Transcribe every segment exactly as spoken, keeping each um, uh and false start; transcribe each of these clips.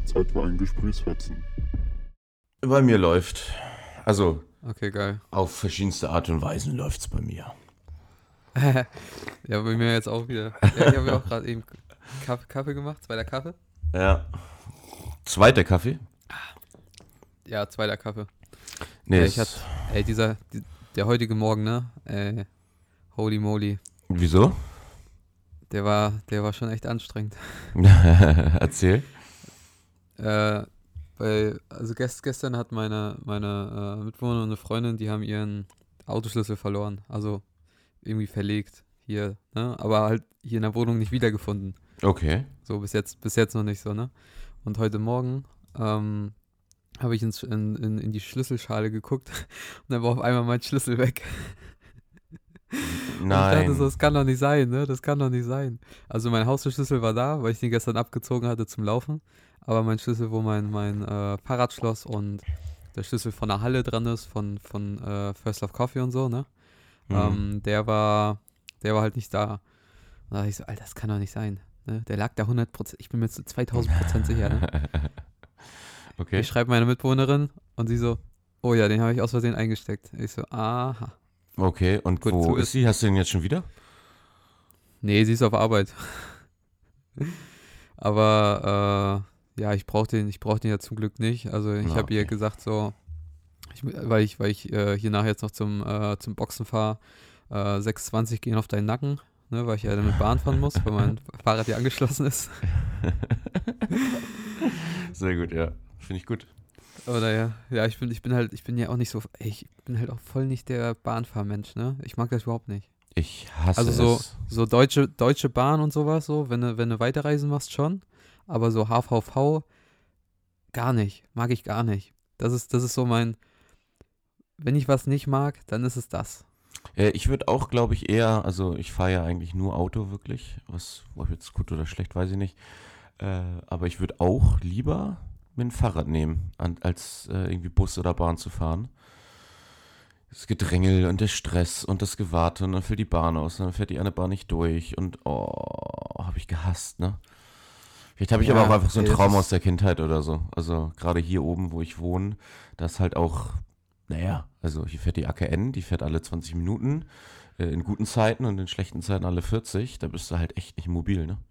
Zeit für einen Gesprächsfetzen. Bei mir läuft. Also, Okay, geil. auf verschiedenste Art und Weisen läuft's bei mir. Ja, bei mir jetzt auch wieder. Ja, ich habe ja auch gerade eben Kaffee, Kaffee gemacht, zweiter Kaffee. Ja. Zweiter Kaffee? Ja, zweiter Kaffee. Nee, Ja, es- ich hatte, ey, dieser, die, der heutige Morgen, ne? Ey, holy moly. Wieso? Der war, der war schon echt anstrengend. Erzähl. Äh, weil, also gest, gestern hat meine, meine äh, Mitbewohner und eine Freundin, die haben ihren Autoschlüssel verloren. Also irgendwie verlegt hier, ne? Aber halt hier in der Wohnung nicht wiedergefunden. Okay. So bis jetzt, bis jetzt noch nicht so, ne? Und heute Morgen ähm, habe ich ins, in, in, in die Schlüsselschale geguckt und dann war auf einmal mein Schlüssel weg. Und ich dachte so, Nein. das kann doch nicht sein, ne? Das kann doch nicht sein. Also mein Haustürschlüssel war da, weil ich den gestern abgezogen hatte zum Laufen. Aber mein Schlüssel, wo mein, mein äh, Fahrradschloss und der Schlüssel von der Halle dran ist, von, von äh, First Love Coffee und so, ne? Mhm. Ähm, der war, der war halt nicht da. Und da dachte ich so, Alter, das kann doch nicht sein. Ne? Der lag da hundert Prozent, ich bin mir zu zweitausend Prozent sicher, ne? Okay. Ich schreibe meine Mitbewohnerin und sie so, oh ja, den habe ich aus Versehen eingesteckt. Ich so, aha. Okay, und Gut, wo zu ist sie? Hast du den jetzt schon wieder? Nee, sie ist auf Arbeit. Aber äh, ja, ich brauche den, ich brauch den ja zum Glück nicht. Also ich Na, habe ihr okay. gesagt so, ich, weil ich, weil ich äh, hier nachher jetzt noch zum, äh, zum Boxen fahre, äh, sechs zwanzig gehen auf deinen Nacken, ne, weil ich ja dann mit Bahn fahren muss, weil mein Fahrrad ja angeschlossen ist. Sehr gut, ja. Finde ich gut. Oder ja, ja, ich bin, ich bin halt, ich bin ja auch nicht so, ey, ich bin halt auch voll nicht der Bahnfahrmensch, ne? Ich mag das überhaupt nicht. Ich hasse Also so, es. so deutsche, deutsche Bahn und sowas, so, wenn du, wenn du Weiterreisen machst, schon. Aber so H V V, gar nicht. Mag ich gar nicht. Das ist, das ist so mein, wenn ich was nicht mag, dann ist es das. Äh, ich würde auch, glaube ich, eher, also ich fahre ja eigentlich nur Auto wirklich. Was, ob jetzt gut oder schlecht, weiß ich nicht. Äh, aber ich würde auch lieber mir ein Fahrrad nehmen, an, als äh, irgendwie Bus oder Bahn zu fahren. Das Gedrängel und der Stress und das Gewarte und dann fällt die Bahn aus, und dann fährt die eine Bahn nicht durch und oh, habe ich gehasst, ne? Vielleicht habe ich aber auch Ja, einfach so ein ey, das Trauma aus ist, der Kindheit oder so. Also gerade hier oben, wo ich wohne, da ist halt auch, naja, also hier fährt die A K N, die fährt alle zwanzig Minuten, äh, in guten Zeiten und in schlechten Zeiten alle vierzig. Da bist du halt echt nicht mobil, ne?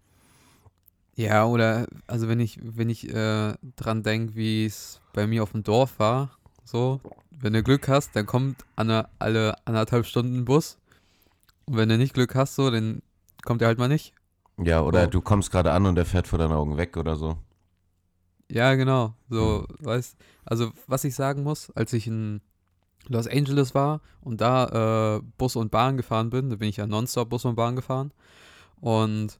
ja, oder, also wenn ich, wenn ich äh, dran denke, wie es bei mir auf dem Dorf war, so, wenn du Glück hast, dann kommt alle, alle anderthalb Stunden ein Bus. Und wenn du nicht Glück hast, so, dann kommt er halt mal nicht. Ja, oder So. du kommst gerade an und der fährt vor deinen Augen weg oder so. Ja, genau. Hm. So, weißt, also was ich sagen muss, als ich in Los Angeles war und da äh, Bus und Bahn gefahren bin, da bin ich ja nonstop Bus und Bahn gefahren. Und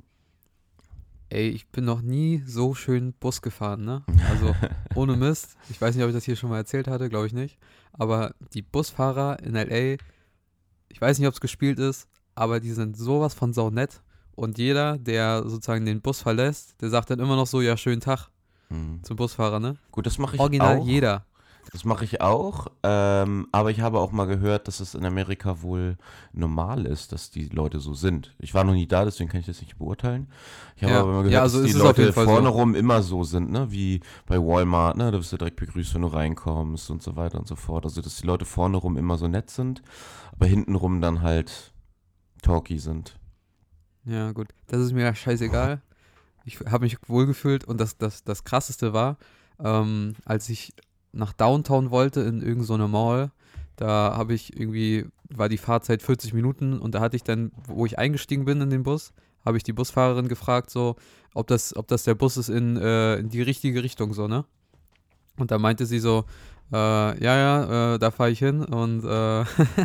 ey, ich bin noch nie so schön Bus gefahren, ne? Also ohne Mist. Ich weiß nicht, ob ich das hier schon mal erzählt hatte, glaube ich nicht. Aber die Busfahrer in L A, ich weiß nicht, ob es gespielt ist, aber die sind sowas von saunett. Und jeder, der sozusagen den Bus verlässt, der sagt dann immer noch so, ja, schönen Tag Hm. zum Busfahrer, ne? Gut, das mache ich Original auch. jeder. Das mache ich auch, ähm, aber ich habe auch mal gehört, dass es in Amerika wohl normal ist, dass die Leute so sind. Ich war noch nie da, deswegen kann ich das nicht beurteilen. Ich habe Ja, aber mal ja, gehört, also dass die ist es auf jeden Leute Fall vorne so. rum immer so sind, ne? Wie bei Walmart, ne? Da wirst du direkt begrüßt, wenn du reinkommst und so weiter und so fort. Also, dass die Leute vorne rum immer so nett sind, aber hinten rum dann halt talky sind. Ja, gut. Das ist mir ja scheißegal. Ich habe mich wohlgefühlt und das, das, das Krasseste war, ähm, als ich nach Downtown wollte in irgendeine so eine Mall, da habe ich irgendwie, war die Fahrzeit vierzig Minuten und da hatte ich dann, wo ich eingestiegen bin in den Bus, habe ich die Busfahrerin gefragt, so, ob das, ob das der Bus ist in, äh, in die richtige Richtung, so, ne? Und da meinte sie so, äh, ja, ja, äh, da fahre ich hin und äh,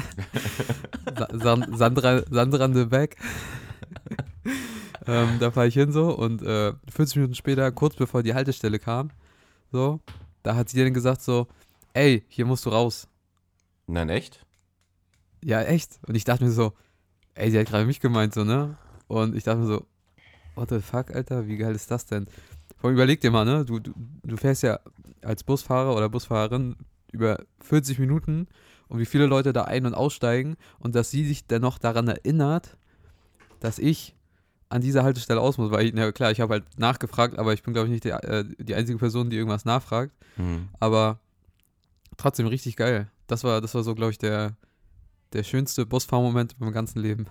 Sa San Sandra, Sandra de Beck. Ähm, da fahre ich hin so und äh, vierzig Minuten später, kurz bevor die Haltestelle kam, so, da hat sie dann gesagt so, ey, hier musst du raus. Nein, echt? Ja, echt. Und ich dachte mir so, ey, sie hat gerade mich gemeint, so, ne? Und ich dachte mir so, what the fuck, Alter, wie geil ist das denn? Vor allem überleg dir mal, ne? Du, du, du fährst ja als Busfahrer oder Busfahrerin über vierzig Minuten und wie viele Leute da ein- und aussteigen und dass sie sich dann noch daran erinnert, dass ich an dieser Haltestelle aus muss, weil ich, na klar, ich habe halt nachgefragt, aber ich bin, glaube ich, nicht die, äh, die einzige Person, die irgendwas nachfragt. Hm. Aber trotzdem richtig geil. Das war, das war so, glaube ich, der, der schönste Busfahrmoment in meinem ganzen Leben.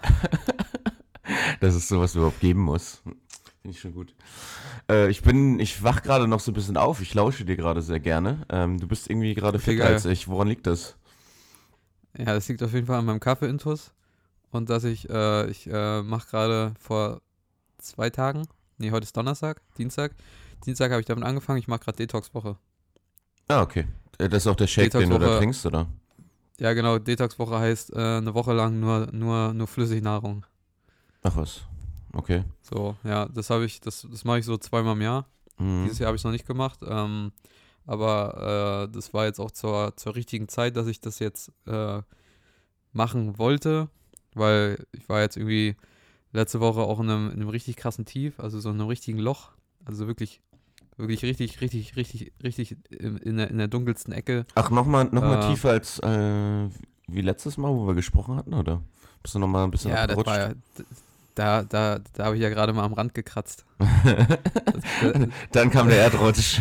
Dass es sowas überhaupt geben muss. Finde ich schon gut. Äh, ich bin, ich wach gerade noch so ein bisschen auf. Ich lausche dir gerade sehr gerne. Ähm, du bist irgendwie gerade Okay, fitter geil. als ich. Woran liegt das? Ja, das liegt auf jeden Fall an meinem Kaffee-Intus und dass ich, äh, ich äh, mache gerade vor zwei Tagen, nee, heute ist Donnerstag, Dienstag, Dienstag habe ich damit angefangen, ich mache gerade Detox-Woche. Ah, okay. Äh, Das ist auch der Shake, den du da Detox-Woche. trinkst, oder? Ja, genau, Detox-Woche heißt äh, eine Woche lang nur, nur, nur Flüssignahrung. Ach was. Okay. So, ja, das habe ich, das, das mache ich so zweimal im Jahr. Mhm. Dieses Jahr habe ich es noch nicht gemacht, ähm, aber äh, das war jetzt auch zur, zur richtigen Zeit, dass ich das jetzt äh, machen wollte, weil ich war jetzt irgendwie letzte Woche auch in einem, in einem richtig krassen Tief, also so in einem richtigen Loch, also wirklich, wirklich richtig, richtig, richtig, richtig in, in, der, in der dunkelsten Ecke. Ach, nochmal noch mal Äh, tiefer als äh, wie letztes Mal, wo wir gesprochen hatten, oder? Bist du nochmal ein bisschen Ja, das abgerutscht? war ja, da, da, da habe ich ja gerade mal am Rand gekratzt. Das, Dann kam der Erdrutsch.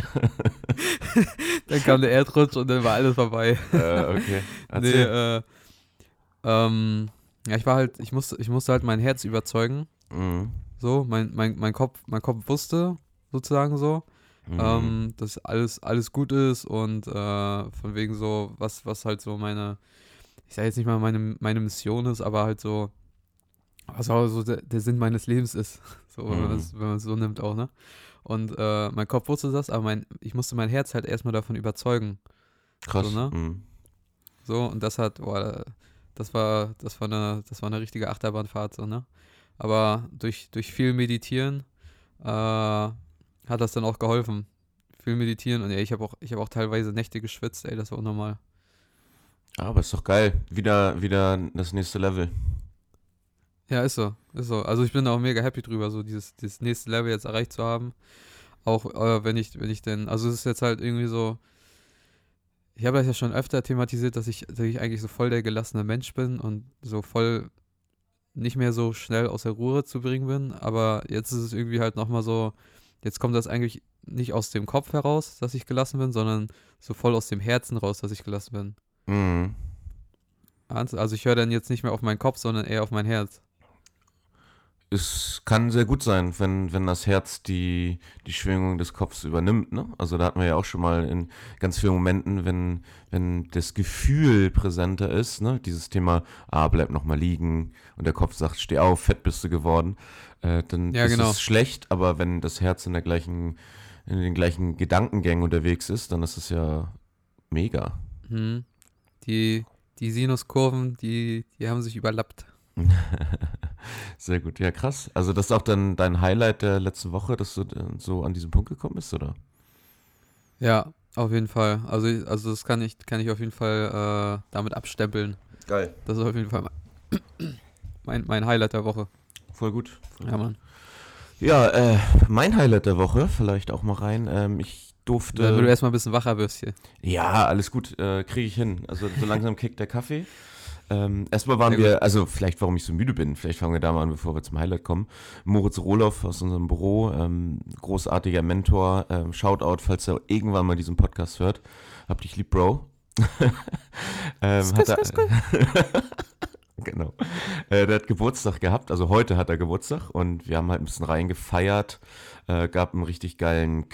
dann kam der Erdrutsch und dann war alles vorbei. äh, okay. Nee, Erzähl. äh, ähm, ja, ich war halt, ich musste, ich musste halt mein Herz überzeugen. Mhm. So, mein, mein, mein Kopf, mein Kopf wusste sozusagen so, Mhm. ähm, dass alles, alles gut ist und äh, von wegen so, was, was halt so meine, ich sage jetzt nicht mal meine, meine Mission ist, aber halt so, was auch so der, der Sinn meines Lebens ist. So, wenn man Mhm. es wenn man es so nimmt auch, ne? Und äh, mein Kopf wusste das, aber mein, ich musste mein Herz halt erstmal davon überzeugen. Krass. so, ne? Mhm. So, und das hat, boah, das war, das war eine, das war eine richtige Achterbahnfahrt, so, ne? Aber durch, durch viel Meditieren äh, hat das dann auch geholfen. Viel Meditieren und ey, ich habe auch, ich habe auch teilweise Nächte geschwitzt, ey, das war unnormal. Ah, aber ist doch geil. Wieder, wieder das nächste Level. Ja, ist so, ist so. Also ich bin auch mega happy drüber, so dieses, dieses nächste Level jetzt erreicht zu haben. Auch äh, wenn ich, wenn ich denn, also es ist jetzt halt irgendwie so, ich habe das ja schon öfter thematisiert, dass ich, dass ich eigentlich so voll der gelassene Mensch bin und so voll nicht mehr so schnell aus der Ruhe zu bringen bin, aber jetzt ist es irgendwie halt nochmal so, jetzt kommt das eigentlich nicht aus dem Kopf heraus, dass ich gelassen bin, sondern so voll aus dem Herzen raus, dass ich gelassen bin. Mhm. Also ich höre dann jetzt nicht mehr auf meinen Kopf, sondern eher auf mein Herz. Es kann sehr gut sein, wenn, wenn das Herz die, die Schwingung des Kopfs übernimmt, ne? Also da hatten wir ja auch schon mal in ganz vielen Momenten, wenn, wenn das Gefühl präsenter ist, ne? Dieses Thema, ah, bleib noch mal liegen und der Kopf sagt, steh auf, fett bist du geworden, äh, dann Ja, ist genau. es schlecht, aber wenn das Herz in der gleichen, in den gleichen Gedankengängen unterwegs ist, dann ist es ja mega. Hm. Die, die Sinuskurven, die, die haben sich überlappt. Sehr gut, ja krass. Also das ist auch dann dein Highlight der letzten Woche, dass du äh, so an diesen Punkt gekommen bist, oder? Ja, auf jeden Fall. Also, ich- also das kann ich, kann ich auf jeden Fall äh, damit abstempeln. Geil. Das ist auf jeden Fall mein, mein, mein Highlight der Woche. Voll gut. Voll Ja, Mann. Ja, äh, mein Highlight der Woche, vielleicht auch mal rein. Ähm, ich durfte. Wenn du erstmal ein bisschen wacher wirst hier. Ja, alles gut, äh, kriege ich hin. Also so langsam kickt der Kaffee. Ähm, erstmal waren Sehr wir, also vielleicht warum ich so müde bin, vielleicht fangen wir da mal an, bevor wir zum Highlight kommen. Moritz Rohloff aus unserem Büro, ähm, großartiger Mentor, ähm, Shoutout, falls er irgendwann mal diesen Podcast hört. Hab dich lieb, Bro. ähm, hat er, genau. Äh, der hat Geburtstag gehabt, also heute hat er Geburtstag und wir haben halt ein bisschen rein gefeiert. Äh, gab einen richtig geilen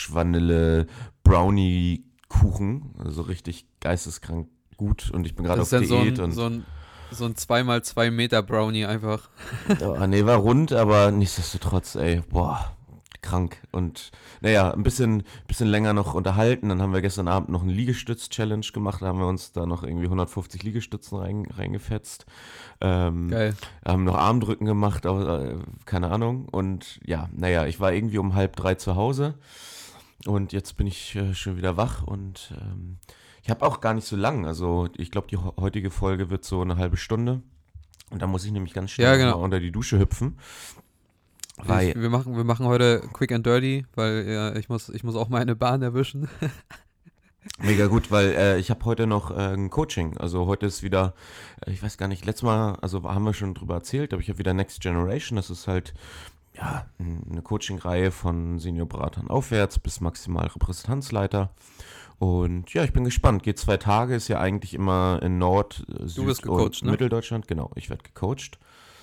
Kirsch-Vanille-Brownie-Kuchen, also richtig geisteskrank gut und ich bin gerade auf Das ist dann so Diät ein, und so ein, so ein zwei mal zwei Meter Brownie einfach. oh, nee, war rund, aber nichtsdestotrotz, ey, boah, krank. Und naja, ein bisschen, bisschen länger noch unterhalten. Dann haben wir gestern Abend noch eine Liegestütz-Challenge gemacht. Da haben wir uns da noch irgendwie hundertfünfzig Liegestützen rein, reingefetzt. Ähm, Geil. haben noch Armdrücken gemacht, aber, äh, keine Ahnung. Und ja, naja, ich war irgendwie um halb drei zu Hause. Und jetzt bin ich äh, schon wieder wach und ähm, ich habe auch gar nicht so lang. Also ich glaube, die ho- heutige Folge wird so eine halbe Stunde. Und da muss ich nämlich ganz schnell Ja, genau. mal unter die Dusche hüpfen. Weil, Ich, wir, machen, wir machen heute Quick and Dirty, weil ja, ich, muss, ich muss auch meine Bahn erwischen. Mega gut, weil äh, ich habe heute noch äh, ein Coaching. Also heute ist wieder, äh, ich weiß gar nicht, letztes Mal, also haben wir schon drüber erzählt, aber ich habe wieder Next Generation. Das ist halt ja n- eine Coaching-Reihe von Seniorberatern aufwärts bis maximal Repräsentanzleiter. Und ja, ich bin gespannt. Geht zwei Tage, ist ja eigentlich immer in Nord, äh, Du wirst Süd und gecoacht, ne? Mitteldeutschland. Genau, ich werde gecoacht.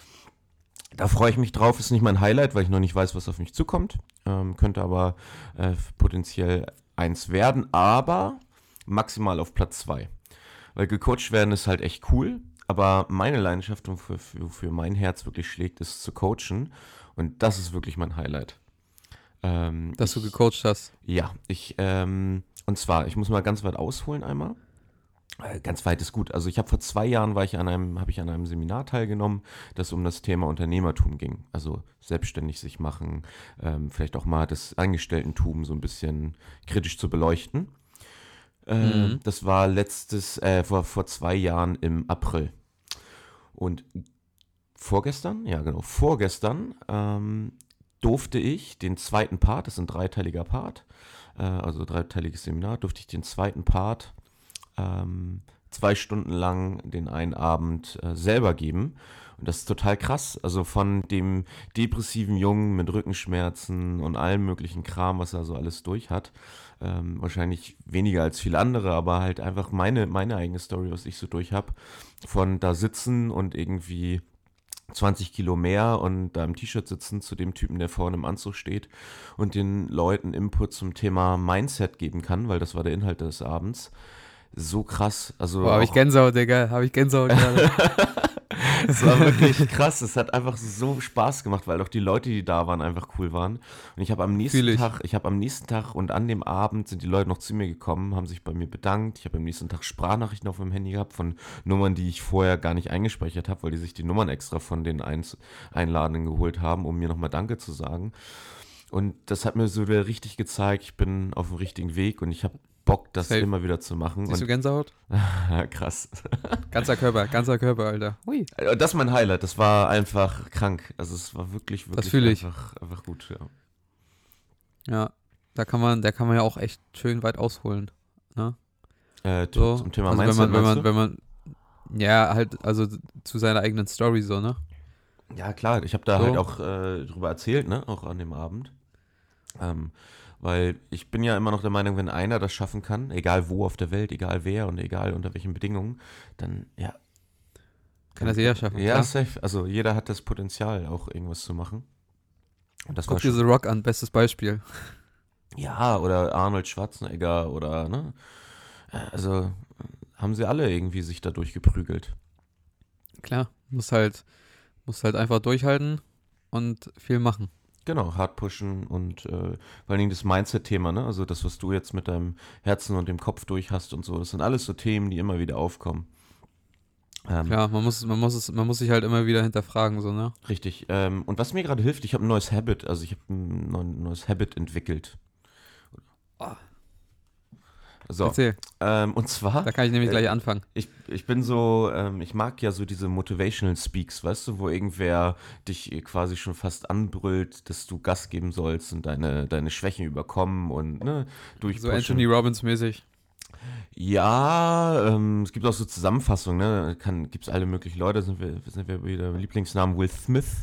Da freue ich mich drauf. Ist nicht mein Highlight, weil ich noch nicht weiß, was auf mich zukommt. Ähm, könnte aber äh, potenziell eins werden, aber maximal auf Platz zwei. Weil gecoacht werden ist halt echt cool, aber meine Leidenschaft und für, für, für mein Herz wirklich schlägt, ist zu coachen. Und das ist wirklich mein Highlight. Ähm, Dass du ich, gecoacht hast. ja, ich, ähm, und zwar, ich muss mal ganz weit ausholen einmal. Äh, Ganz weit ist gut. Also ich habe vor zwei Jahren war ich an einem, habe ich an einem Seminar teilgenommen, das um das Thema Unternehmertum ging. Also selbstständig sich machen, ähm, vielleicht auch mal das Angestelltentum so ein bisschen kritisch zu beleuchten. Äh, Mhm. das war letztes, äh, vor, vor zwei Jahren im April. Und vorgestern, ja genau, vorgestern ähm, durfte ich den zweiten Part, das ist ein dreiteiliger Part, äh, also dreiteiliges Seminar, durfte ich den zweiten Part ähm, zwei Stunden lang den einen Abend äh, selber geben. Und das ist total krass. Also von dem depressiven Jungen mit Rückenschmerzen und allem möglichen Kram, was er so alles durch hat. Ähm, wahrscheinlich weniger als viele andere, aber halt einfach meine, meine eigene Story, was ich so durch habe. Von da sitzen und irgendwie zwanzig Kilo mehr und da im T-Shirt sitzen zu dem Typen, der vorne im Anzug steht und den Leuten Input zum Thema Mindset geben kann, weil das war der Inhalt des Abends. So krass, also Boah, hab ich auch, Gänsehaut, Digga. Hab ich Gänsehaut gerade. es war wirklich krass, es hat einfach so Spaß gemacht, weil auch die Leute, die da waren, einfach cool waren. Und ich habe am nächsten Fühl ich. Tag, ich habe am nächsten Tag und an dem Abend sind die Leute noch zu mir gekommen, haben sich bei mir bedankt. Ich habe am nächsten Tag Sprachnachrichten auf meinem Handy gehabt von Nummern, die ich vorher gar nicht eingespeichert habe, weil die sich die Nummern extra von den Eins Einladenden geholt haben, um mir nochmal Danke zu sagen. Und das hat mir so wieder richtig gezeigt, ich bin auf dem richtigen Weg und ich habe Bock, das Safe. immer wieder zu machen. Siehst du Und Gänsehaut? krass. Ganzer Körper, ganzer Körper, Alter. Hui. Äh, Das ist mein Highlight. Das war einfach krank. Also es war wirklich, Das wirklich fühle ich. einfach, einfach gut. Ja. Ja. Da kann man, da kann man ja auch echt schön weit ausholen. Ne? Äh, t- So. zum Thema Also wenn Mindset, man, wenn meinst man, du? wenn man, ja, halt, also zu seiner eigenen Story so, ne? Ja, klar. Ich habe da So. halt auch äh, drüber erzählt, ne? Auch an dem Abend. Ähm, weil ich bin ja immer noch der Meinung, wenn einer das schaffen kann, egal wo auf der Welt, egal wer und egal unter welchen Bedingungen, dann ja. Kann dann- das jeder schaffen, Ja, klar. safe. Also jeder hat das Potenzial, auch irgendwas zu machen. Und das Guck war dir schon. The Rock an, bestes Beispiel. Ja, oder Arnold Schwarzenegger oder, ne? Äh, Also haben sie alle irgendwie sich dadurch geprügelt. Klar. Muss halt, muss halt einfach durchhalten und viel machen. Genau, hart pushen und äh, vor allen Dingen das Mindset-Thema, ne? Also das, was du jetzt mit deinem Herzen und dem Kopf durch hast und so, das sind alles so Themen, die immer wieder aufkommen. Ähm, Klar, man muss, man muss es, man muss sich halt immer wieder hinterfragen, so, ne? Richtig. Ähm, und was mir gerade hilft, ich habe ein neues Habit, also ich habe ein neu- neues Habit entwickelt. Oh. So, Erzähl, ähm, und zwar, da kann ich nämlich äh, gleich anfangen. ich, ich bin so, ähm, ich mag ja so diese Motivational Speaks, weißt du, wo irgendwer dich quasi schon fast anbrüllt, dass du Gas geben sollst und deine, deine Schwächen überkommen und ne, So durchpushen. Anthony Robbins mäßig. Ja, ähm, es gibt auch so Zusammenfassungen, ne? Kann, gibt's alle möglichen Leute, sind wir, sind wir wieder Lieblingsnamen Will Smith.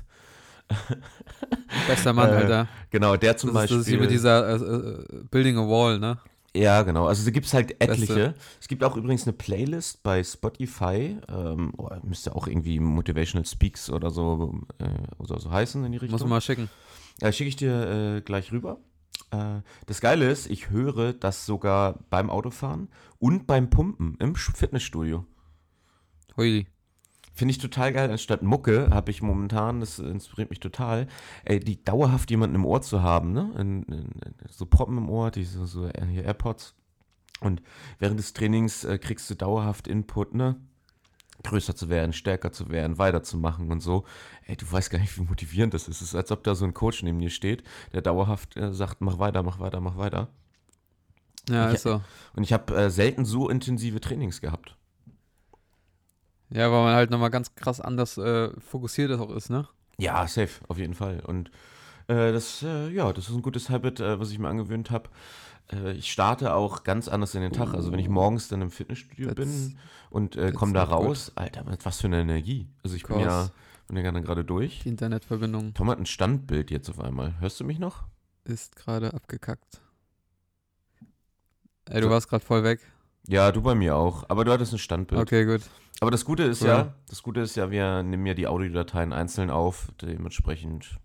Bester Mann, Äh, Alter. Genau, der zum Das ist, das ist hier mit Beispiel. dieser äh, äh, Building a Wall, ne? Ja, genau. Also da gibt es halt etliche. Beste. Es gibt auch übrigens eine Playlist bei Spotify. Ähm, oh, müsste auch irgendwie Motivational Speaks oder so, äh, oder so heißen in die Richtung. Muss man mal schicken. Ja, schicke ich dir äh, gleich rüber. Äh, das Geile ist, ich höre das sogar beim Autofahren und beim Pumpen im Sch- Fitnessstudio. Hui. Finde ich total geil. Anstatt Mucke habe ich momentan, das inspiriert mich total, ey, die dauerhaft jemanden im Ohr zu haben, ne? In, in, so Poppen im Ohr, diese so hier AirPods. Und während des Trainings äh, kriegst du dauerhaft Input, ne? Größer zu werden, stärker zu werden, weiterzumachen und so. Ey, du weißt gar nicht, wie motivierend das ist. Es ist, als ob da so ein Coach neben dir steht, der dauerhaft äh, sagt, mach weiter, mach weiter, mach weiter. Ja, Ich- ist so. Und ich habe äh, selten so intensive Trainings gehabt. Ja, weil man halt nochmal ganz krass anders äh, fokussiert auch ist, ne? Ja, safe, auf jeden Fall. Und äh, das, äh, ja, das ist ein gutes Habit, äh, was ich mir angewöhnt habe. äh, ich starte auch ganz anders in den Tag. Also wenn ich morgens dann im Fitnessstudio That's- bin und äh, that's komme da not good. raus, Alter, was für eine Energie. Also ich bin ja, Course. bin ja gerade durch. Die Internetverbindung Tom hat ein Standbild jetzt auf einmal. Hörst du mich noch? ist gerade abgekackt. Ey, du So. warst gerade voll weg. Ja, du bei mir auch. Aber du hattest ein Standbild. Okay, gut. Aber das Gute ist Cool. ja, das Gute ist ja, wir nehmen ja die Audiodateien einzeln auf, dementsprechend.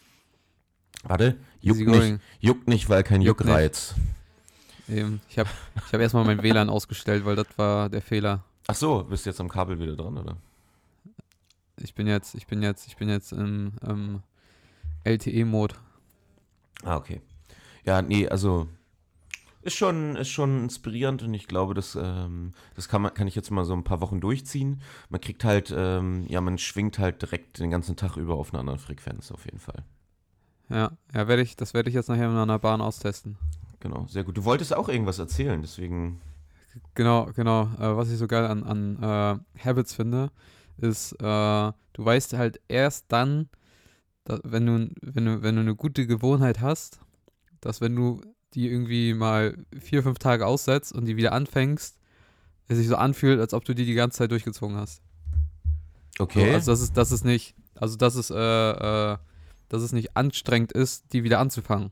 Warte, juckt Easy nicht, going. juckt nicht, weil kein Juckt nicht. Juckreiz. Eben. Ich habe ich hab erstmal mein W L A N ausgestellt, weil das war der Fehler. Ach so, bist du jetzt am Kabel wieder dran, oder? Ich bin jetzt, ich bin jetzt, ich bin jetzt im, im L T E-Mode. Ah, okay. Ja, nee, also ist schon, ist schon inspirierend und ich glaube, das, ähm, das kann man, kann ich jetzt mal so ein paar Wochen durchziehen. Man kriegt halt, ähm, ja, man schwingt halt direkt den ganzen Tag über auf einer anderen Frequenz auf jeden Fall. Ja, ja, werde ich, das werde ich jetzt nachher in einer Bahn austesten. Genau, sehr gut. Du wolltest auch irgendwas erzählen, deswegen. Genau, genau. Äh, was ich so geil an, an äh, Habits finde, ist, äh, du weißt halt erst dann, da, wenn du, wenn du, wenn du eine gute Gewohnheit hast, dass wenn du die irgendwie mal vier, fünf Tage aussetzt und die wieder anfängst, es sich so anfühlt, als ob du die die ganze Zeit durchgezogen hast. Okay. So, also das ist, das ist nicht, also das ist, äh, äh, dass es nicht anstrengend ist, die wieder anzufangen.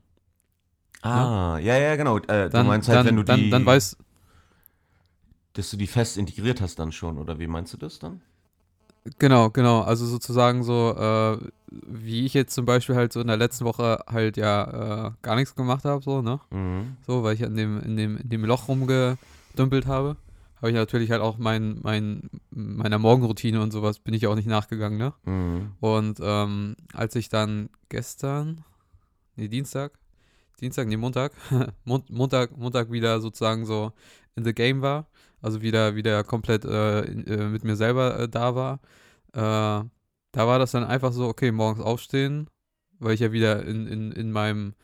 ah, ja, ja, genau. Äh, du Dann, meinst halt, dann, wenn du dann, die, dann weißt, dass du die fest integriert hast dann schon, oder wie meinst du das dann? genau, genau, also sozusagen so, äh, wie ich jetzt zum Beispiel halt so in der letzten Woche halt ja äh, gar nichts gemacht habe, so, ne? Mhm. So, weil ich in dem, in dem, in dem Loch rumgedümpelt habe, habe ich natürlich halt auch mein, mein, meiner Morgenroutine und sowas bin ich auch nicht nachgegangen, ne? Mhm. Und ähm, als ich dann gestern, nee, Dienstag, Dienstag, nee, Montag, Mon Montag, Montag wieder sozusagen so in the game war, also wieder, wieder komplett äh, in, äh, mit mir selber äh, da war, äh, da war das dann einfach so, okay, morgens aufstehen, weil ich ja wieder in, in, in meinem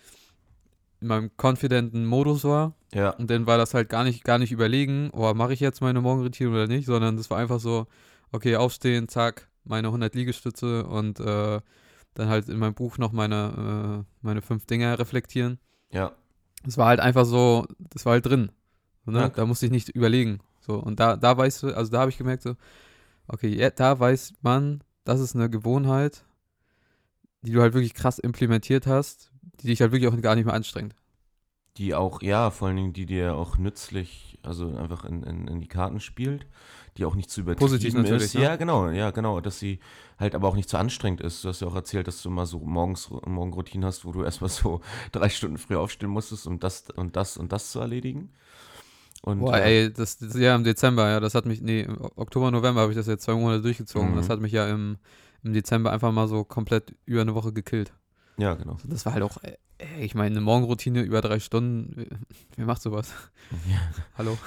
in meinem confidenten Modus war. Ja. Und dann war das halt gar nicht, gar nicht überlegen, oh, mache ich jetzt meine Morgenroutine oder nicht, sondern das war einfach so, okay, aufstehen, zack, meine hundert Liegestütze und äh, dann halt in meinem Buch noch meine, äh, meine fünf Dinger reflektieren. Ja. Das war halt einfach so, das war halt drin. So, ne? Ja. Da musste ich nicht überlegen. So, und da, da weißt du, also da habe ich gemerkt, so, okay, ja, da weiß man, das ist eine Gewohnheit, die du halt wirklich krass implementiert hast, die dich halt wirklich auch gar nicht mehr anstrengt. Die auch, ja, vor allen Dingen, die dir auch nützlich, also einfach in, in, in die Karten spielt, die auch nicht zu übertrieben Positiv natürlich, ist. ne? Ja, genau, ja, genau, dass sie halt aber auch nicht zu anstrengend ist. Du hast ja auch erzählt, dass du mal so morgens Morgenroutine hast, wo du erstmal so drei Stunden früh aufstehen musstest, um das und das und das zu erledigen. Und, Boah, äh, ey, das, das ja im Dezember, ja, das hat mich, nee, im Oktober, November habe ich das jetzt zwei Monate durchgezogen. Mhm. Das hat mich ja im, im Dezember einfach mal so komplett über eine Woche gekillt. ja, genau. Das war halt auch, ey, ich meine, eine Morgenroutine über drei Stunden, wer, wer macht sowas? Ja. Hallo?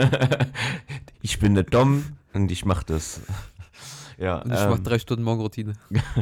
Ich bin der Dom und ich mach das. Ja, Und ich ähm, mache drei Stunden Morgenroutine.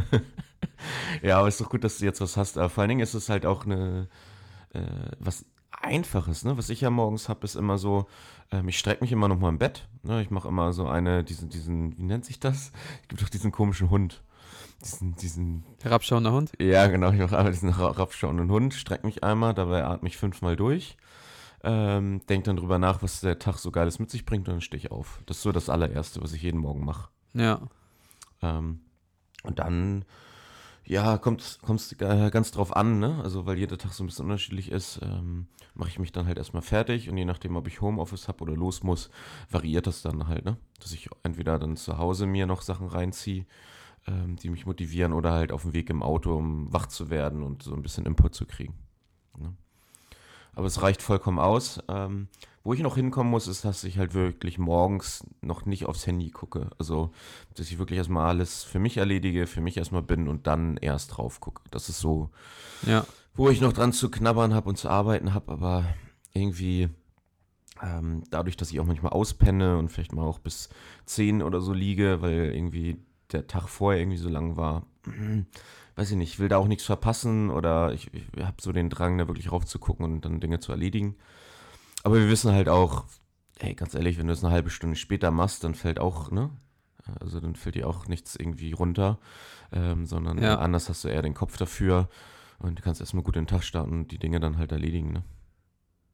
ja, aber ist doch gut, dass du jetzt was hast. Aber vor allen Dingen ist es halt auch eine, äh, was Einfaches, ne? Was ich ja morgens habe, ist immer so, ähm, ich strecke mich immer noch mal im Bett. Ne? Ich mache immer so eine, diesen, diesen, wie nennt sich das? Es gibt doch diesen komischen Hund. Diesen, diesen, Herabschauender Hund? ja genau, ich mache einmal diesen ra- raufschauenden Hund, strecke mich einmal, dabei atme ich fünfmal durch. Ähm, denk dann drüber nach, was der Tag so Geiles mit sich bringt und dann stehe ich auf. Das ist so das allererste, was ich jeden Morgen mache. Ja. Ähm, und dann, ja, kommt es äh, ganz drauf an, ne? Also, weil jeder Tag so ein bisschen unterschiedlich ist, ähm, mache ich mich dann halt erstmal fertig und je nachdem, ob ich Homeoffice habe oder los muss, variiert das dann halt, ne? Dass ich entweder dann zu Hause mir noch Sachen reinziehe, ähm, die mich motivieren oder halt auf dem Weg im Auto, um wach zu werden und so ein bisschen Input zu kriegen. Ne? Aber es reicht vollkommen aus. Ähm, wo ich noch hinkommen muss, ist, dass ich halt wirklich morgens noch nicht aufs Handy gucke. Also, dass ich wirklich erstmal alles für mich erledige, für mich erstmal bin und dann erst drauf gucke. Das ist so, Ja. wo ich noch dran zu knabbern habe und zu arbeiten habe, aber irgendwie ähm, dadurch, dass ich auch manchmal auspenne und vielleicht mal auch bis zehn oder so liege, weil irgendwie der Tag vorher irgendwie so lang war, weiß ich nicht, ich will da auch nichts verpassen oder ich, ich habe so den Drang, da wirklich raufzugucken und dann Dinge zu erledigen. Aber wir wissen halt auch, ey, ganz ehrlich, wenn du es eine halbe Stunde später machst, dann fällt auch, ne? Also dann fällt dir auch nichts irgendwie runter, ähm, sondern Ja. äh, anders hast du eher den Kopf dafür und du kannst erstmal gut den Tag starten und die Dinge dann halt erledigen, ne?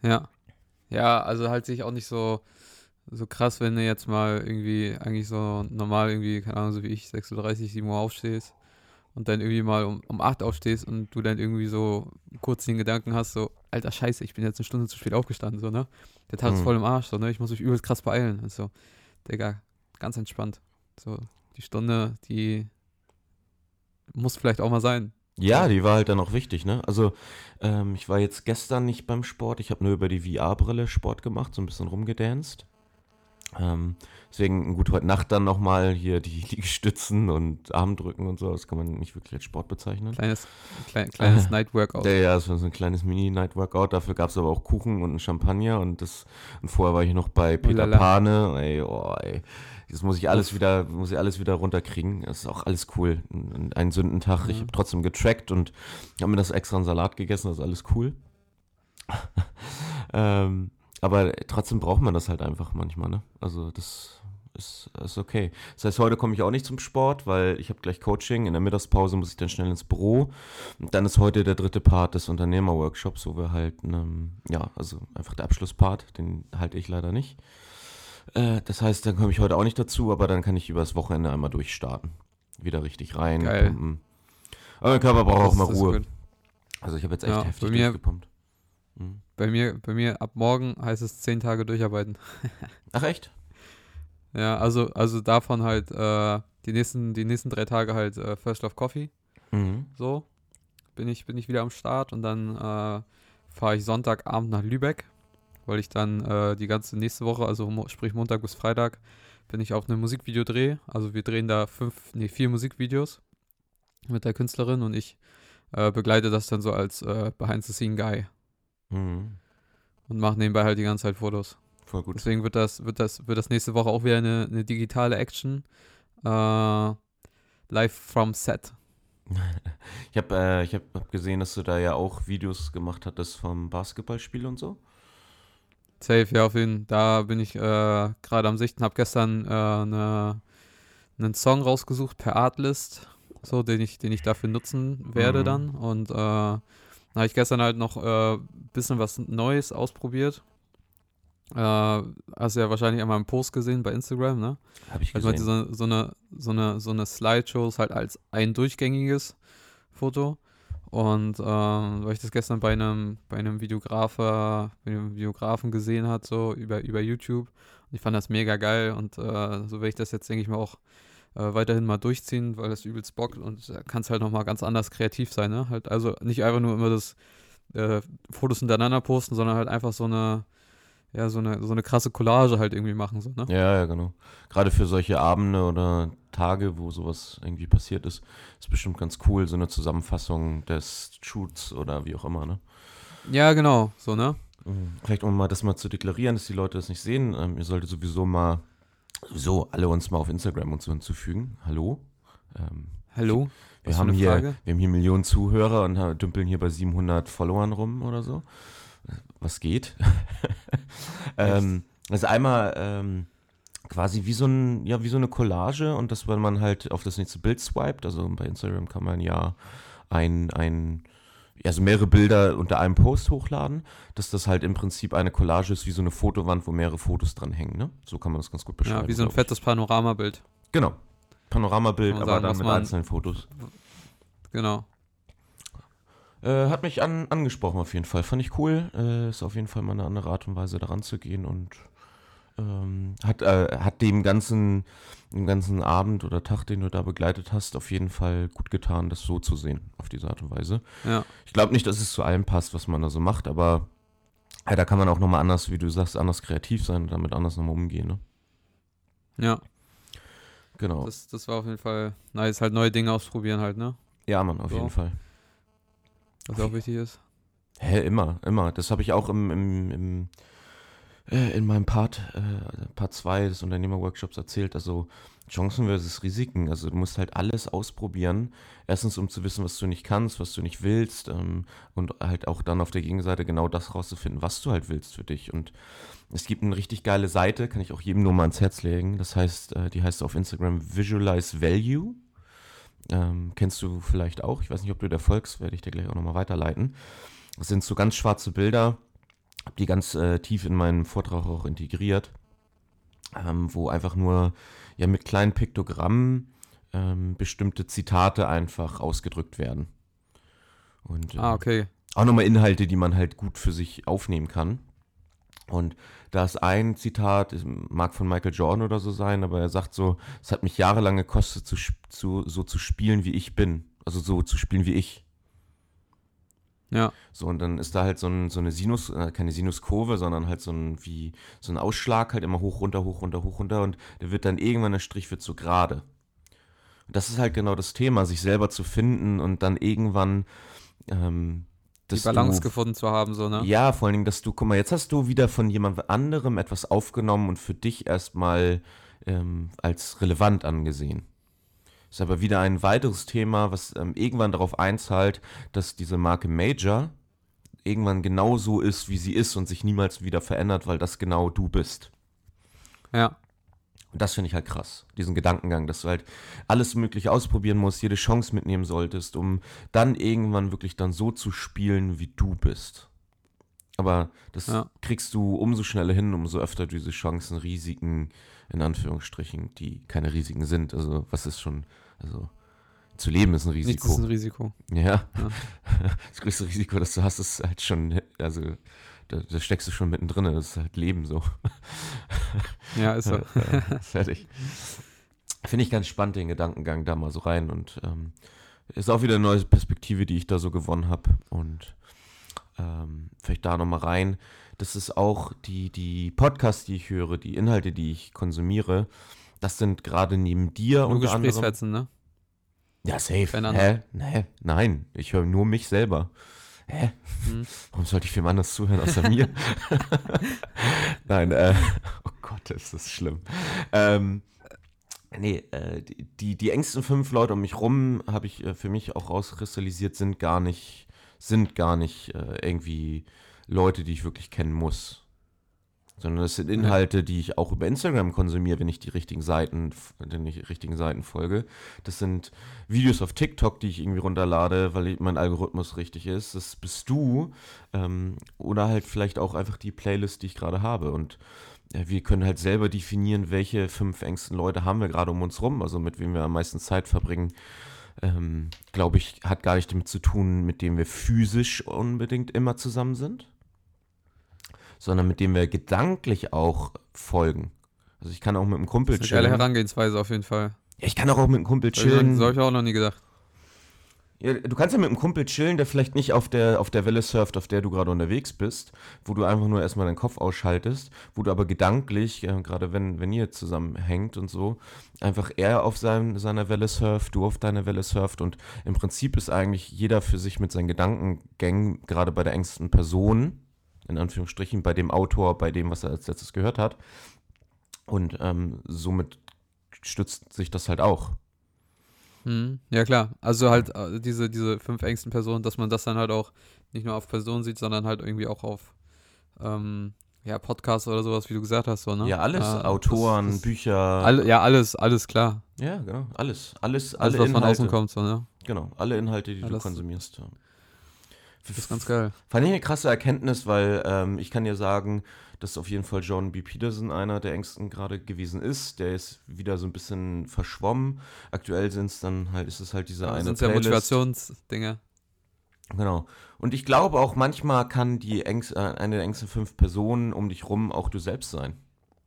Ja. Ja, also halt sich auch nicht so, so krass, wenn du jetzt mal irgendwie, eigentlich so normal irgendwie, keine Ahnung, so wie ich, sechs Uhr dreißig, sieben Uhr aufstehst und dann irgendwie mal um, um acht aufstehst und du dann irgendwie so kurz den Gedanken hast, so, alter Scheiße, ich bin jetzt eine Stunde zu spät aufgestanden, so, ne? Der Tag ist Mhm. voll im Arsch, so, ne? Ich muss mich übelst krass beeilen. Und so, Digga, ganz entspannt. So, die Stunde, die muss vielleicht auch mal sein. Ja, So. die war halt dann auch wichtig, ne? Also, ähm, ich war jetzt gestern nicht beim Sport. Ich habe nur über die V R-Brille Sport gemacht, so ein bisschen rumgedanced. Ähm, deswegen, gut, heute Nacht dann nochmal hier die Liegestützen und Armdrücken und so. Das kann man nicht wirklich als Sport bezeichnen. Kleines, klein, kleines Night-Workout. Ja, ja, das war so ein kleines Mini-Night-Workout. Dafür gab es aber auch Kuchen und einen Champagner. Und, das, und vorher war ich noch bei Peter Ulala. Pane. Ey, oh, ey. Das muss ich alles Uff. wieder, muss ich alles wieder runterkriegen. Das ist auch alles cool. Ein, ein Sündentag. Ich Mhm. habe trotzdem getrackt und habe mir das extra einen Salat gegessen. Das ist alles cool. ähm, aber trotzdem braucht man das halt einfach manchmal, ne? Also das ist, ist okay. Das heißt, heute komme ich auch nicht zum Sport, weil ich habe gleich Coaching. In der Mittagspause muss ich dann schnell ins Büro. Und dann ist heute der dritte Part des Unternehmerworkshops, wo wir halt, ähm, ja, also einfach der Abschlusspart, den halte ich leider nicht. Äh, das heißt, dann komme ich heute auch nicht dazu, aber dann kann ich übers Wochenende einmal durchstarten. Wieder richtig rein, Geil. pumpen. Aber mein Körper braucht auch Das- mal das ist Ruhe. gut. Also ich habe jetzt echt Ja, heftig bei mir- durchgepumpt. Mhm. Bei mir, bei mir ab morgen heißt es zehn Tage durcharbeiten. Ach echt? Ja, also, also davon halt äh, die nächsten, die nächsten drei Tage halt äh, First Love Coffee. Mhm. So. Bin ich, bin ich wieder am Start und dann äh, fahre ich Sonntagabend nach Lübeck, weil ich dann äh, die ganze nächste Woche, also mo- sprich Montag bis Freitag, bin ich auf einem Musikvideo-Dreh. Also wir drehen da fünf, nee, vier Musikvideos mit der Künstlerin und ich äh, begleite das dann so als äh, Behind-the-Scene-Guy Mhm. und mache nebenbei halt die ganze Zeit Fotos. Voll gut. Deswegen wird das, wird das, wird das nächste Woche auch wieder eine, eine digitale Action. Äh, live from Set. Ich habe äh, ich hab, hab gesehen, dass du da ja auch Videos gemacht hattest vom Basketballspiel und so. Safe, ja, auf jeden Fall. Da bin ich äh, gerade am Sichten, habe gestern äh, eine, einen Song rausgesucht per Artlist, so, den ich, den ich dafür nutzen werde Mhm. dann. Und äh, da habe ich gestern halt noch ein äh, bisschen was Neues ausprobiert. Äh, hast du ja wahrscheinlich einmal im Post gesehen bei Instagram, ne? Habe ich Also gesehen. halt so, so eine, so eine, so eine Slideshow ist halt als ein durchgängiges Foto. Und ähm, weil ich das gestern bei einem, bei einem Videografer, bei einem Videografen gesehen hat, so über, über YouTube. Und ich fand das mega geil und äh, so werde ich das jetzt, denke ich mal, auch äh, weiterhin mal durchziehen, weil das übelst bockt und da kann es halt nochmal ganz anders kreativ sein, ne? Halt, also nicht einfach nur immer das äh, Fotos hintereinander posten, sondern halt einfach so eine, ja, so eine, so eine krasse Collage halt irgendwie machen, so, ne? Ja, ja, genau. Gerade für solche Abende oder Tage, wo sowas irgendwie passiert ist, ist bestimmt ganz cool, so eine Zusammenfassung des Shoots oder wie auch immer, ne? Ja, genau, so, ne? Mhm. Vielleicht um mal das mal zu deklarieren, dass die Leute das nicht sehen, ähm, ihr solltet sowieso mal, sowieso alle uns mal auf Instagram und so hinzufügen. Hallo? Ähm, Hallo? wir, Was für haben eine hier, Frage? wir haben hier Millionen Zuhörer und ha- dümpeln hier bei siebenhundert Followern rum oder so. Was geht? ähm, also einmal ähm, quasi wie so, ein, ja, wie so eine Collage und das, wenn man halt auf das nächste Bild swiped, also bei Instagram kann man ja ein, ein also mehrere Bilder unter einem Post hochladen, dass das halt im Prinzip eine Collage ist, wie so eine Fotowand, wo mehrere Fotos dran hängen, ne? So kann man das ganz gut beschreiben. Ja, wie so ein glaub ich. fettes Panoramabild. Genau. Panoramabild, Kann man aber sagen, dann was mit man- einzelnen Fotos. Genau. Äh, hat mich an, angesprochen auf jeden Fall. Fand ich cool. Äh, ist auf jeden Fall mal eine andere Art und Weise daran zu gehen und ähm, hat, äh, hat dem ganzen, dem ganzen Abend oder Tag, den du da begleitet hast, auf jeden Fall gut getan, das so zu sehen, auf diese Art und Weise. Ja. Ich glaube nicht, dass es zu allem passt, was man da so macht, aber ja, da kann man auch nochmal anders, wie du sagst, anders kreativ sein und damit anders nochmal umgehen, ne? Ja. Genau. Das, das war auf jeden Fall nice, halt neue Dinge ausprobieren halt, ne? Ja, Mann, auf So. jeden Fall. Was auch wichtig ist. Hä, immer, immer. Das habe ich auch im, im, im äh, in meinem Part, äh, Part zwei des Unternehmerworkshops erzählt. Also Chancen versus Risiken. Also du musst halt alles ausprobieren. Erstens, um zu wissen, was du nicht kannst, was du nicht willst. Ähm, und halt auch dann auf der Gegenseite genau das rauszufinden, was du halt willst für dich. Und es gibt eine richtig geile Seite, kann ich auch jedem nur mal ans Herz legen. Das heißt, äh, die heißt auf Instagram Visualize Value. Ähm, kennst du vielleicht auch. Ich weiß nicht, ob du der folgst, werde ich dir gleich auch nochmal weiterleiten. Das sind so ganz schwarze Bilder, habe die ganz äh, tief in meinen Vortrag auch integriert, ähm, wo einfach nur ja mit kleinen Piktogrammen ähm, bestimmte Zitate einfach ausgedrückt werden. Und äh, Ah, okay. auch nochmal Inhalte, die man halt gut für sich aufnehmen kann. Und da ist ein Zitat, es mag von Michael Jordan oder so sein, aber er sagt so, es hat mich jahrelang gekostet, zu, zu, so zu spielen, wie ich bin. Also so zu spielen, wie ich. Ja. So, und dann ist da halt so, ein, so eine Sinus, äh, keine Sinuskurve, sondern halt so ein, wie, so ein Ausschlag, halt immer hoch, runter, hoch, runter, hoch, runter. Und der wird dann irgendwann, der Strich wird so gerade. Und das ist halt genau das Thema, sich selber zu finden und dann irgendwann ähm, Die dass Balance du, gefunden zu haben, so, ne? ja, vor allen Dingen, dass du, guck mal, jetzt hast du wieder von jemand anderem etwas aufgenommen und für dich erstmal ähm, als relevant angesehen. Ist aber wieder ein weiteres Thema, was ähm, irgendwann darauf einzahlt, dass diese Marke Major irgendwann genau so ist, wie sie ist und sich niemals wieder verändert, weil das genau du bist. Ja. Und das finde ich halt krass, diesen Gedankengang, dass du halt alles Mögliche ausprobieren musst, jede Chance mitnehmen solltest, um dann irgendwann wirklich dann so zu spielen, wie du bist. Aber das Ja. kriegst du umso schneller hin, umso öfter du diese Chancen, Risiken, in Anführungsstrichen, die keine Risiken sind. Also was ist schon, also zu leben ist ein Nichts Risiko. ist ein Risiko. Ja. Ja. Das größte Risiko, das du hast, ist halt schon, also da, da steckst du schon mittendrin, das ist halt Leben so. Ja, ist so. Äh, fertig. Finde ich ganz spannend, den Gedankengang da mal so rein und ähm, ist auch wieder eine neue Perspektive, die ich da so gewonnen habe und ähm, vielleicht da nochmal rein. Das ist auch die, die Podcasts, die ich höre, die Inhalte, die ich konsumiere, das sind gerade neben dir Nur unter anderem. Gesprächsfetzen, ne? Ja, safe. Keine Hä? Nee, nein, ich höre nur mich selber. Hä? Hm. Warum sollte ich wem anders zuhören außer mir? Nein, äh, oh Gott, ist das schlimm. Ähm, nee, äh, die, die, die engsten fünf Leute um mich rum, habe ich äh, für mich auch rauskristallisiert, sind gar nicht, sind gar nicht äh, irgendwie Leute, die ich wirklich kennen muss. Sondern das sind Inhalte, die ich auch über Instagram konsumiere, wenn ich die richtigen Seiten, den richtigen Seiten folge. Das sind Videos auf TikTok, die ich irgendwie runterlade, weil mein Algorithmus richtig ist. Das bist du. Ähm, oder halt vielleicht auch einfach die Playlist, die ich gerade habe. Und ja, wir können halt selber definieren, welche fünf engsten Leute haben wir gerade um uns rum, also mit wem wir am meisten Zeit verbringen. Ähm, glaube ich, hat gar nicht damit zu tun, mit dem wir physisch unbedingt immer zusammen sind, sondern mit dem wir gedanklich auch folgen. Also ich kann auch mit einem Kumpel Das ist eine geile chillen. Herangehensweise auf jeden Fall. Ja, ich kann auch, auch mit einem Kumpel So habe ich, chillen. so hab ich auch noch nie gedacht. Ja, du kannst ja mit einem Kumpel chillen, der vielleicht nicht auf der, auf der Welle surft, auf der du gerade unterwegs bist, wo du einfach nur erstmal deinen Kopf ausschaltest, wo du aber gedanklich, äh, gerade wenn, wenn ihr zusammenhängt und so, einfach er auf seinem, seiner Welle surft, du auf deiner Welle surft und im Prinzip ist eigentlich jeder für sich mit seinen Gedankengängen, gerade bei der engsten Person, in Anführungsstrichen, bei dem Autor, bei dem, was er als letztes gehört hat. Und ähm, somit stützt sich das halt auch. Hm. Ja, klar. Also halt äh, diese, diese fünf engsten Personen, dass man das dann halt auch nicht nur auf Personen sieht, sondern halt irgendwie auch auf ähm, ja, Podcasts oder sowas, wie du gesagt hast. So, ne? Ja, alles. Äh, Autoren, das, das, Bücher. Alle, ja, alles, alles klar. Ja, genau. Alles. Alles, Alles, alle was von Inhalte. außen kommt, so, ne? Genau. Alle Inhalte, die Ja, du das- konsumierst. Ja. Das ist ganz geil. Fand ich eine krasse Erkenntnis, weil ähm, ich kann dir sagen, dass auf jeden Fall Jordan B. Peterson einer der engsten gerade gewesen ist. Der ist wieder so ein bisschen verschwommen. Aktuell sind es dann halt, ist es halt diese Das eine sind ja Playlist. Motivationsdinge. Genau. Und ich glaube auch manchmal kann die engst, äh, eine der engsten fünf Personen um dich rum auch du selbst sein.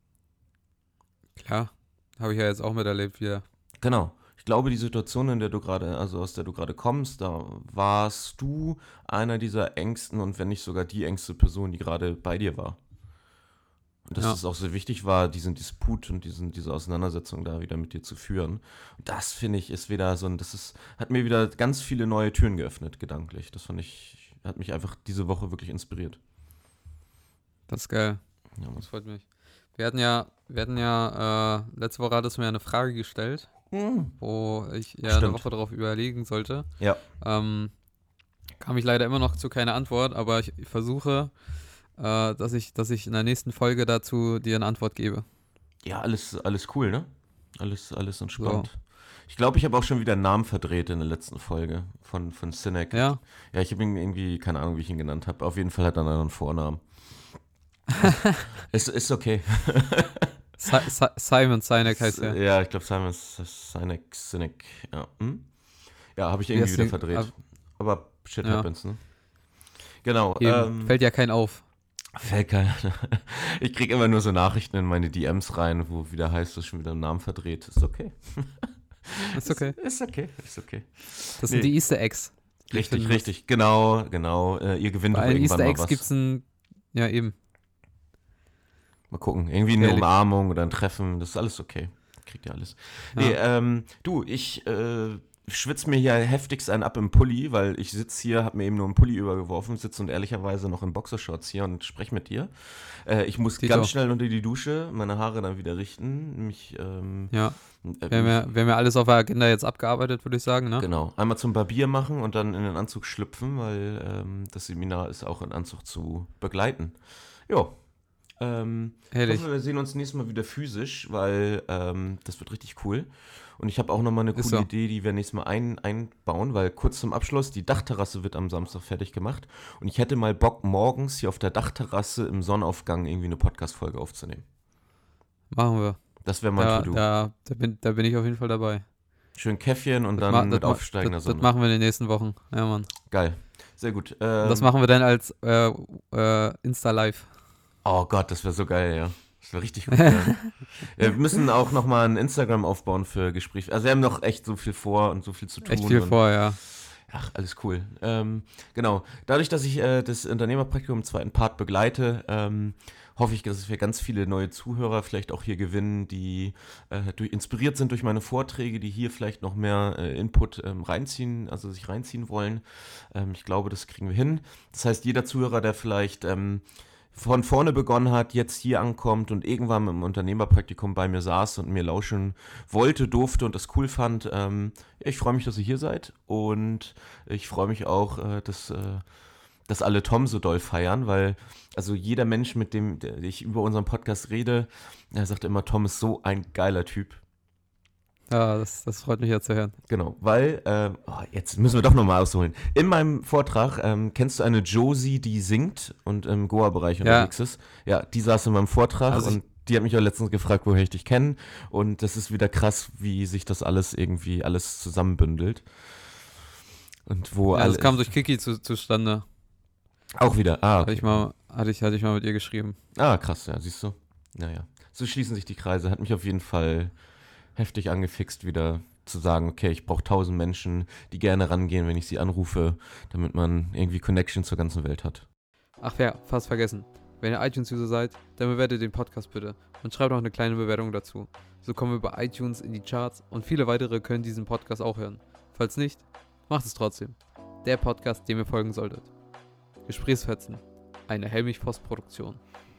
Klar. Habe ich ja jetzt auch miterlebt wieder. Genau. Ich glaube, die Situation, in der du gerade, also aus der du gerade kommst, da warst du einer dieser engsten und wenn nicht sogar die engste Person, die gerade bei dir war. Und dass Ja. es auch so wichtig war, diesen Disput und diesen, diese Auseinandersetzung da wieder mit dir zu führen. Und das finde ich ist wieder so ein, das ist, hat mir wieder ganz viele neue Türen geöffnet, gedanklich. Das fand ich, hat mich einfach diese Woche wirklich inspiriert. Das ist geil. Ja, Das freut mich. Wir hatten ja, wir hatten ja, äh, letzte Woche hattest du mir eine Frage gestellt, Mann. wo ich ja Stimmt. eine Woche darauf überlegen sollte. Ja. Ähm, kam ich leider immer noch zu keiner Antwort, aber ich, ich versuche, äh, dass ich, dass ich in der nächsten Folge dazu dir eine Antwort gebe. Ja, alles, alles cool, ne? Alles, alles entspannt. Ich glaube, ich habe auch schon wieder einen Namen verdreht in der letzten Folge von, von Sinek. Ja? Ja, ich habe ihn irgendwie, keine Ahnung, wie ich ihn genannt habe. Auf jeden Fall hat er einen anderen Vornamen. Ist, ist okay. Si si Simon Sinek heißt er. Ja, ich glaube Simon Sinek, Sinek, ja. Hm? Ja, habe ich irgendwie wieder verdreht. Ab, Aber shit ja. happens, ne? Genau. Ähm, fällt ja kein auf. Fällt kein. Ich kriege immer nur so Nachrichten in meine D Ms rein, wo wieder heißt, du hast schon wieder einen Namen verdreht. Ist okay. Ist okay. Ist, ist okay, ist okay. Das sind nee. die Easter Eggs. Richtig, richtig. Genau, genau. Äh, ihr gewinnt doch irgendwann Easter mal Eggs was. Gibt's ein, ja eben. Mal gucken. Irgendwie eine Ehrlich. Umarmung oder ein Treffen, das ist alles okay. Kriegt ihr alles. Ja. Nee, ähm, du, ich äh, schwitze mir hier heftigst einen ab im Pulli, weil ich sitze hier, habe mir eben nur einen Pulli übergeworfen, sitze und ehrlicherweise noch in Boxershorts hier und spreche mit dir. Äh, ich muss Tito. ganz schnell unter die Dusche, meine Haare dann wieder richten. Mich, ähm, ja. Äh, wir, haben ja, wir haben ja alles auf der Agenda jetzt abgearbeitet, würde ich sagen, ne? Genau. Einmal zum Barbier machen und dann in den Anzug schlüpfen, weil ähm, das Seminar ist auch in Anzug zu begleiten. Jo. Ähm, ich hoffe, wir sehen uns nächstes Mal wieder physisch, weil ähm, das wird richtig cool. Und ich habe auch nochmal eine coole so. Idee, die wir nächstes Mal ein, einbauen, weil kurz zum Abschluss, die Dachterrasse wird am Samstag fertig gemacht. Und ich hätte mal Bock, morgens hier auf der Dachterrasse im Sonnenaufgang irgendwie eine Podcast-Folge aufzunehmen. Machen wir. Das wäre mein da, To-Do. Da, da, bin, da bin ich auf jeden Fall dabei. Schön Käffchen und das dann ma- mit ma- aufsteigender das, Sonne. Das machen wir in den nächsten Wochen. Ja, Mann. Geil. Sehr gut. Ähm, das machen wir dann als äh, äh, Insta-Live. Oh Gott, das wäre so geil, ja. Das wäre richtig gut. Ja. Wir müssen auch nochmal ein Instagram aufbauen für Gespräche. Also wir haben noch echt so viel vor und so viel zu tun. Echt viel und, vor, ja. Ach, alles cool. Ähm, genau. Dadurch, dass ich äh, das Unternehmerpraktikum im zweiten Part begleite, ähm, hoffe ich, dass wir ganz viele neue Zuhörer vielleicht auch hier gewinnen, die äh, durch, inspiriert sind durch meine Vorträge, die hier vielleicht noch mehr äh, Input ähm, reinziehen, also sich reinziehen wollen. Ähm, ich glaube, das kriegen wir hin. Das heißt, jeder Zuhörer, der vielleicht ähm, von vorne begonnen hat, jetzt hier ankommt und irgendwann im Unternehmerpraktikum bei mir saß und mir lauschen wollte, durfte und das cool fand. Ähm, ich freue mich, dass ihr hier seid und ich freue mich auch, äh, dass, äh, dass alle Tom so doll feiern, weil also jeder Mensch, mit dem der, ich über unseren Podcast rede, der sagt immer, Tom ist so ein geiler Typ. Ja, das, das freut mich ja zu hören. Genau, weil, äh, oh, jetzt müssen wir doch nochmal ausholen. In meinem Vortrag, ähm, kennst du eine Josie, die singt und im Goa-Bereich unterwegs ja. ist? Ja, die saß in meinem Vortrag also und die hat mich auch letztens gefragt, woher ich dich kenne. Und das ist wieder krass, wie sich das alles irgendwie alles zusammenbündelt. Und wo ja, alles. Das kam durch Kiki zu, zustande. Auch wieder, ah. Okay. Hatte ich mal, hatte ich, hatte ich mal mit ihr geschrieben. Ah, krass, ja, siehst du. Naja, so schließen sich die Kreise. Hat mich auf jeden Fall heftig angefixt, wieder zu sagen, okay, ich brauche tausend Menschen, die gerne rangehen, wenn ich sie anrufe, damit man irgendwie Connection zur ganzen Welt hat. Ach ja, fast vergessen. Wenn ihr iTunes-User seid, dann bewertet den Podcast bitte und schreibt auch eine kleine Bewertung dazu. So kommen wir bei iTunes in die Charts und viele weitere können diesen Podcast auch hören. Falls nicht, macht es trotzdem. Der Podcast, dem ihr folgen solltet. Gesprächsfetzen. Eine Helmich-Post-Produktion.